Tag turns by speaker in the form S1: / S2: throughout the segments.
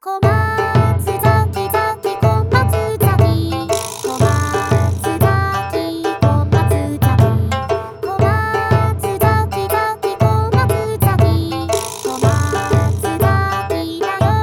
S1: 小松崎崎小松崎小松崎小松崎小松崎崎小松崎小松崎だよ。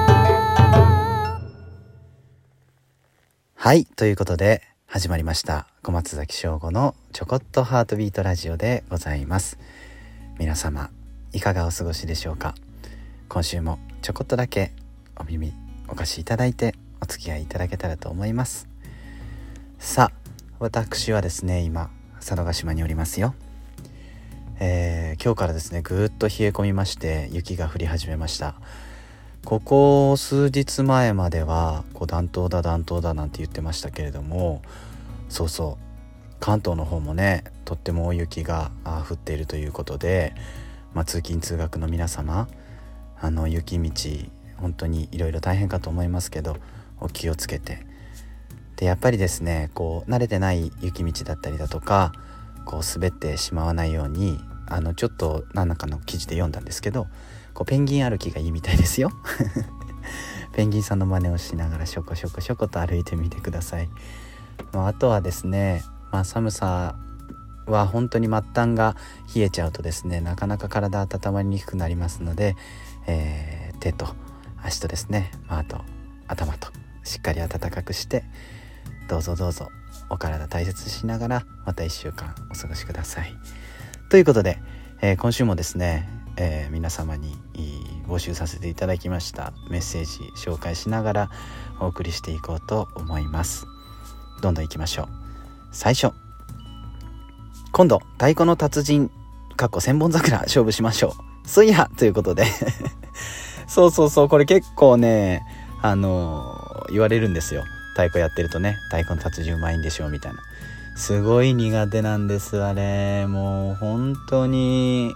S2: はい、ということで始まりました小松崎翔吾のちょこっとハートビートラジオでございます。皆様いかがお過ごしでしょうか。今週もちょこっとだけお耳お貸しいただいてお付き合いいただけたらと思います。さあ、私はですね今佐渡島におりますよ。今日からですねぐーっと冷え込みまして雪が降り始めました。ここ数日前までは暖冬だなんて言ってましたけれども、そうそう関東の方もねとっても大雪が降っているということで、通勤通学の皆様雪道本当にいろいろ大変かと思いますけどお気をつけて、でやっぱりですね慣れてない雪道だったりだとか滑ってしまわないようにちょっと何らかの記事で読んだんですけどペンギン歩きがいいみたいですよペンギンさんの真似をしながらショコショコショコと歩いてみてください。あとはですね、寒さは本当に末端が冷えちゃうとですねなかなか体温まりにくくなりますので、手と足とですね、あと頭としっかり温かくしてどうぞお体大切にしながらまた1週間お過ごしください。ということで、今週もですね、皆様に募集させていただきましたメッセージ紹介しながらお送りしていこうと思います。どんどんいきましょう。最初、今度太鼓の達人千本桜勝負しましょうそういやということでそうこれ結構ね言われるんですよ。太鼓やってるとね太鼓の達人うまいんでしょうみたいな。すごい苦手なんですあれ。もう本当に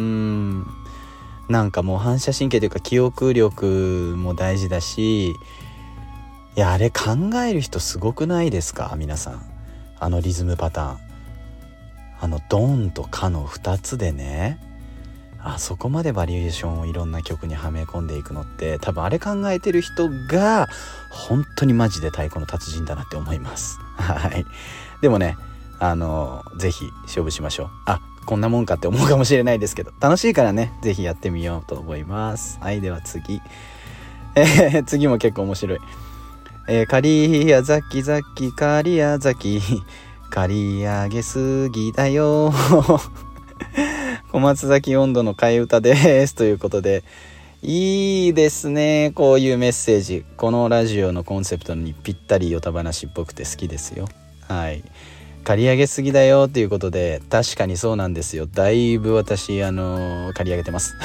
S2: なんかもう反射神経というか記憶力も大事だし、いやあれ考える人すごくないですか皆さん。リズムパターンドンとカの2つでねそこまでバリエーションをいろんな曲にはめ込んでいくのって多分あれ考えてる人が本当にマジで太鼓の達人だなって思いますはいでもねぜひ勝負しましょう。こんなもんかって思うかもしれないですけど楽しいからねぜひやってみようと思います。はい、では次、次も結構面白い。刈谷崎崎刈谷崎刈り上げすぎだよ小松崎温度の替え歌ですということで、いいですねこういうメッセージ。このラジオのコンセプトにぴったりヨタ話っぽくて好きですよ。はい、刈り上げすぎだよということで確かにそうなんですよ。だいぶ私刈り上げてます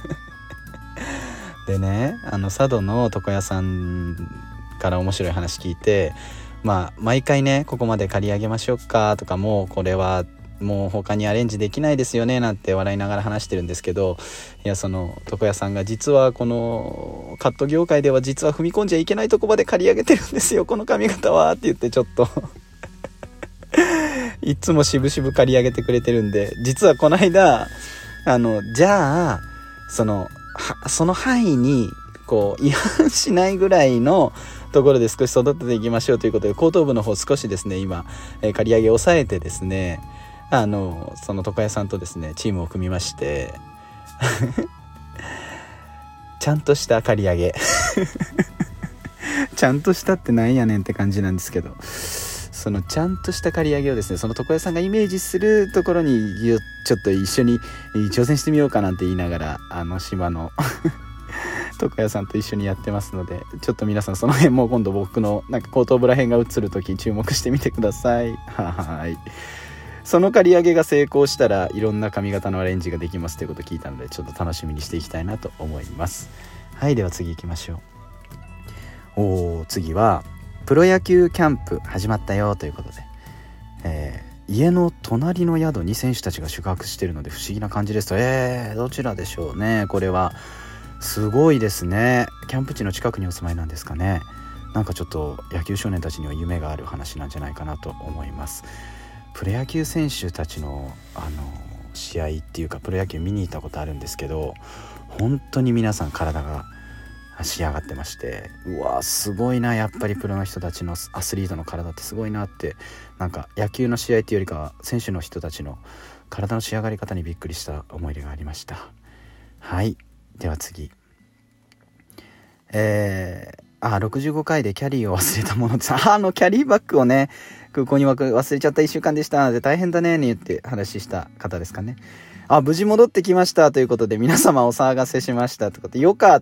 S2: でね佐渡の床屋さんから面白い話聞いて、毎回ねここまで刈り上げましょうかとかもこれはもう他にアレンジできないですよねなんて笑いながら話してるんですけど、いやその床屋さんが実はこのカット業界では実は踏み込んじゃいけないとこまで刈り上げてるんですよこの髪型はって言ってちょっといつも渋々刈り上げてくれてるんで、実はこの間じゃあその範囲に違反しないぐらいのところで少し育てていきましょうということで後頭部の方少しですね今、刈り上げを抑えてですねその床屋さんとですねチームを組みましてちゃんとした刈り上げちゃんとしたってなんやねんって感じなんですけど、そのちゃんとした刈り上げをですねその床屋さんがイメージするところにちょっと一緒に挑戦してみようかなんて言いながら島の床屋さんと一緒にやってますので、ちょっと皆さんその辺も今度僕の後頭部ら辺が映るとき注目してみてください。はい、その刈り上げが成功したらいろんな髪型のアレンジができますということを聞いたのでちょっと楽しみにしていきたいなと思います。はい、では次行きましょう。次はプロ野球キャンプ始まったよということで、家の隣の宿に選手たちが宿泊しているので不思議な感じですと、どちらでしょうね。これはすごいですね。キャンプ地の近くにお住まいなんですかね。なんかちょっと野球少年たちには夢がある話なんじゃないかなと思います。プロ野球選手たちの試合っていうかプロ野球見に行ったことあるんですけど、本当に皆さん体が仕上がってまして、うわすごいな、やっぱりプロの人たちのアスリートの体ってすごいなって、なんか野球の試合っていうよりかは選手の人たちの体の仕上がり方にびっくりした思い出がありました。はい、では次、65回でキャリーを忘れたものです。キャリーバッグをね空港に忘れちゃった1週間でしたで大変だねに言って話した方ですかね。無事戻ってきましたということで、皆様お騒がせしましたということで、よかった。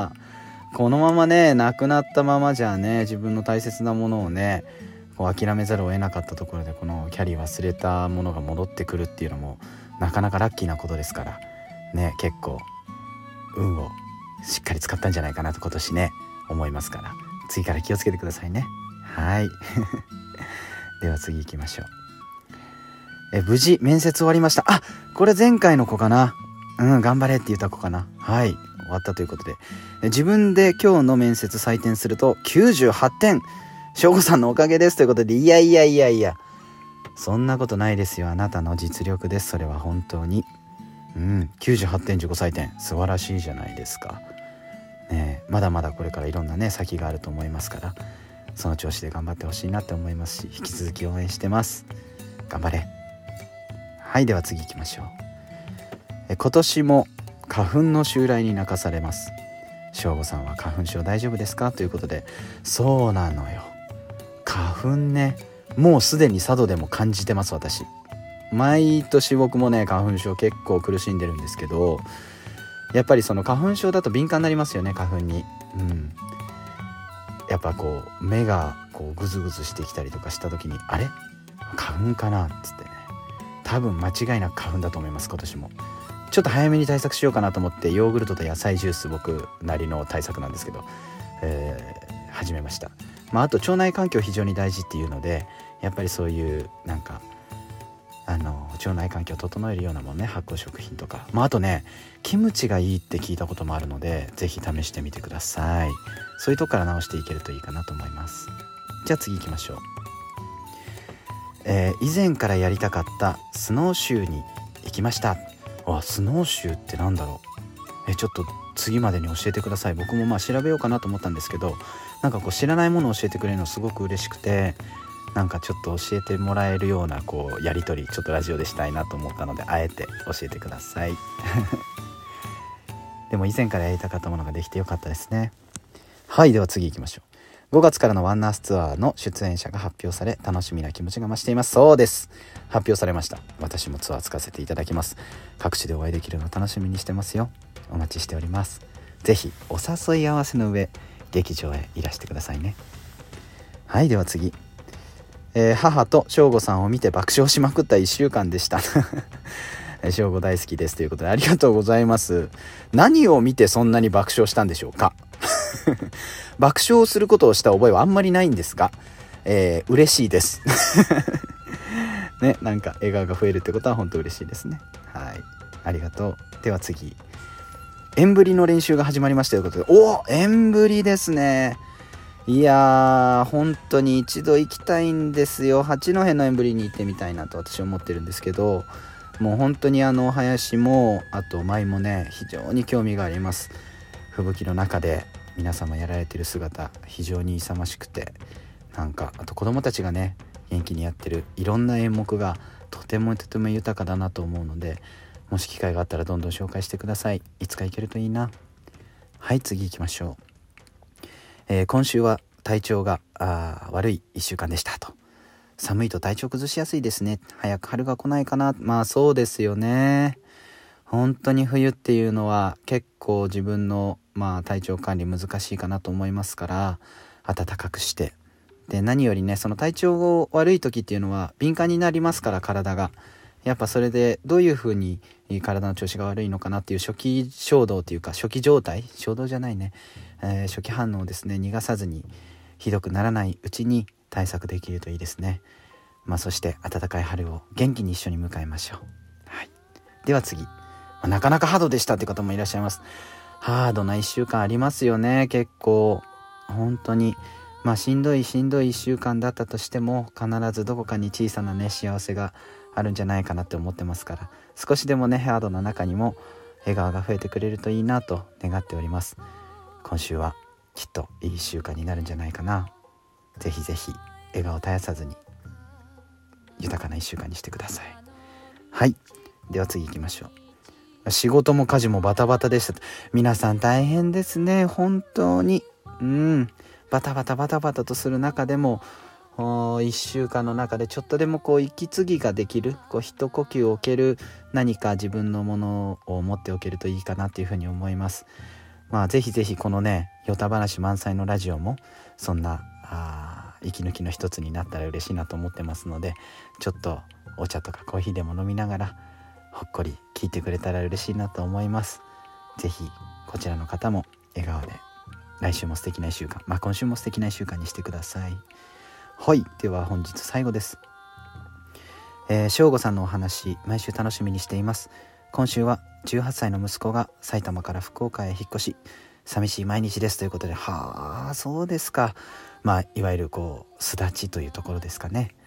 S2: このままね亡くなったままじゃね、自分の大切なものをねこう諦めざるを得なかったところで、このキャリー忘れたものが戻ってくるっていうのもなかなかラッキーなことですからね、結構運をしっかり使ったんじゃないかなと今年ね思いますから、次から気をつけてくださいね。はいでは次行きましょう。無事面接終わりました。これ前回の子かな。頑張れって言った子かな。はい、終わったということで、自分で今日の面接採点すると98点、翔吾さんのおかげですということで、いやそんなことないですよ、あなたの実力です、それは本当に。98点15採点素晴らしいじゃないですかね。まだまだこれからいろんなね先があると思いますから、その調子で頑張ってほしいなって思いますし、引き続き応援してます。頑張れ。はい、では次行きましょう。今年も花粉の襲来に泣かされます。翔吾さんは花粉症大丈夫ですかということで、そうなのよ、花粉ね、もうすでに佐渡でも感じてます。私毎年僕もね花粉症結構苦しんでるんですけど、やっぱりその花粉症だと敏感になりますよね、花粉に。やっぱこう目がこうグズグズしてきたりとかした時に、あれ花粉かなっつってね、多分間違いなく花粉だと思います。今年もちょっと早めに対策しようかなと思って、ヨーグルトと野菜ジュース、僕なりの対策なんですけど、始めました。あと腸内環境非常に大事っていうので、やっぱりそういうなんか腸内環境を整えるようなものね、発酵食品とか、あとねキムチがいいって聞いたこともあるので、ぜひ試してみてください。そういうとこから直していけるといいかなと思います。じゃあ次行きましょう。以前からやりたかったスノーシューに行きました。スノーシューってなんだろう。ちょっと次までに教えてください。僕も調べようかなと思ったんですけど、なんかこう知らないものを教えてくれるのすごく嬉しくて、なんかちょっと教えてもらえるようなこうやり取り、ちょっとラジオでしたいなと思ったので、あえて教えてくださいでも以前からやりたかったものができてよかったですね。はい、では次行きましょう。5月からのワンナースツアーの出演者が発表され、楽しみな気持ちが増しています。そうです、発表されました。私もツアーつかせていただきます。各地でお会いできるのを楽しみにしてますよ。お待ちしております。ぜひお誘い合わせの上、劇場へいらしてくださいね。はい、では次、母と翔吾さんを見て爆笑しまくった1週間でした翔吾大好きですということで、ありがとうございます。何を見てそんなに爆笑したんでしょうか爆笑することをした覚えはあんまりないんですが、嬉しいですね、なんか笑顔が増えるってことは本当嬉しいですね。はい、ありがとう。では次、エンブリの練習が始まりましたということで、エンブリですね。いやー、本当に一度行きたいんですよ。八戸のエンブリに行ってみたいなと私は思ってるんですけど、もう本当に林もあと舞もね非常に興味があります。吹雪の中で皆様やられてる姿非常に勇ましくて、なんかあと子供たちがね元気にやってるいろんな演目がとても豊かだなと思うので、もし機会があったらどんどん紹介してください。いつか行けるといいな。はい、次行きましょう。今週は体調が悪い1週間でしたと。寒いと体調崩しやすいですね。早く春が来ないかな。そうですよね。本当に冬っていうのは結構自分の体調管理難しいかなと思いますから、暖かくして、で何よりねその体調が悪い時っていうのは敏感になりますから、体がやっぱそれでどういう風に体の調子が悪いのかなっていう初期衝動というか初期状態、衝動じゃないね、初期反応をですね逃がさずにひどくならないうちに対策できるといいですね。そして暖かい春を元気に一緒に迎えましょう。はい、では次、なかなかハードでしたって方もいらっしゃいます。ハードな1週間ありますよね。結構本当にしんどい1週間だったとしても、必ずどこかに小さなね幸せがあるんじゃないかなって思ってますから、少しでもねハードの中にも笑顔が増えてくれるといいなと願っております。 今週はきっといい1週間になるんじゃないかな。ぜひぜひ笑顔絶やさずに豊かな1週間にしてください。はい、では次行きましょう。仕事も家事もバタバタでした。皆さん大変ですね、本当に。バタバタとする中でも1週間の中でちょっとでも息継ぎができる、一呼吸を置ける何か自分のものを持っておけるといいかなというふうに思います。ぜひぜひこのねヨタ話満載のラジオもそんな息抜きの一つになったら嬉しいなと思ってますので、ちょっとお茶とかコーヒーでも飲みながらほっこり聞いてくれたら嬉しいなと思います。ぜひこちらの方も笑顔で来週も素敵な1週間、今週も素敵な1週間にしてください。はい、では本日最後です。翔吾さんのお話毎週楽しみにしています。今週は18歳の息子が埼玉から福岡へ引っ越し、寂しい毎日ですということで、そうですか。いわゆる巣立ちというところですかね。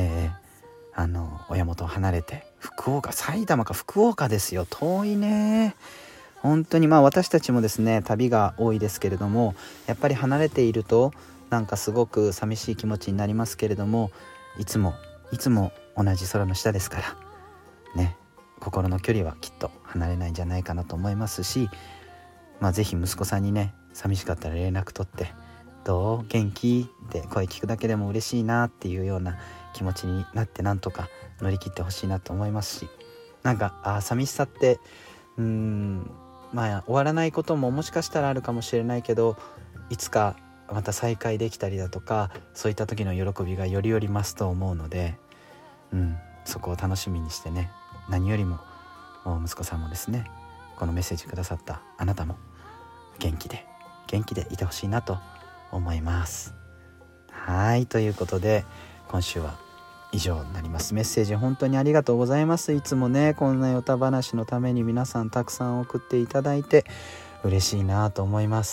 S2: 親元を離れて福岡、埼玉か福岡ですよ、遠いね。本当に私たちもですね旅が多いですけれども、やっぱり離れているとなんかすごく寂しい気持ちになりますけれども、いつも同じ空の下ですからね、心の距離はきっと離れないんじゃないかなと思いますし、ぜひ息子さんにね寂しかったら連絡取って、どう元気って声聞くだけでも嬉しいなっていうような気持ちになって、なんとか乗り切ってほしいなと思いますし、なんか寂しさって終わらないことももしかしたらあるかもしれないけど、いつかまた再会できたりだとか、そういった時の喜びがより増すと思うので、そこを楽しみにしてね、何よりも息子さんもですね、このメッセージくださったあなたも元気でいてほしいなと思います。はい、ということで今週は以上になります。メッセージ本当にありがとうございます。いつもねこんなヨタ話のために皆さんたくさん送っていただいて嬉しいなと思います。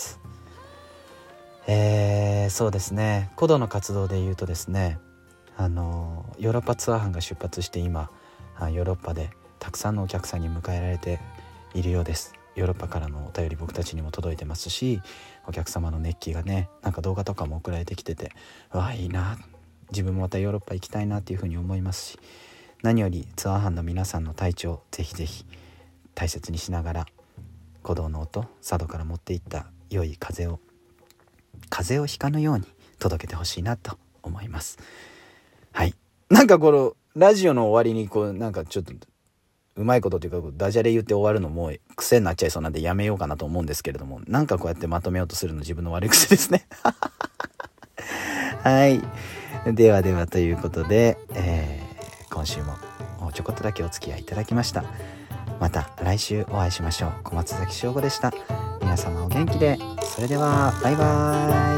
S2: そうですね、鼓動の活動で言うとですね、ヨーロッパツアー班が出発して今ヨーロッパでたくさんのお客さんに迎えられているようです。ヨーロッパからのお便り僕たちにも届いてますし、お客様の熱気がね、なんか動画とかも送られてきてて、いいな、自分もまたヨーロッパ行きたいなっていうふうに思いますし、何よりツアー班の皆さんの体調ぜひぜひ大切にしながら、鼓動の音、佐渡から持っていった良い風をひかぬように届けてほしいなと思います。はい、なんかこのラジオの終わりになんかちょっとうまいことというかダジャレ言って終わるのもう癖になっちゃいそうなんでやめようかなと思うんですけれども、なんかこうやってまとめようとするの自分の悪い癖ですねはい、ではということで、今週もちょこっとだけお付き合いいただきました。また来週お会いしましょう。小松崎翔吾でした。皆様お元気で。それではバイバーイ。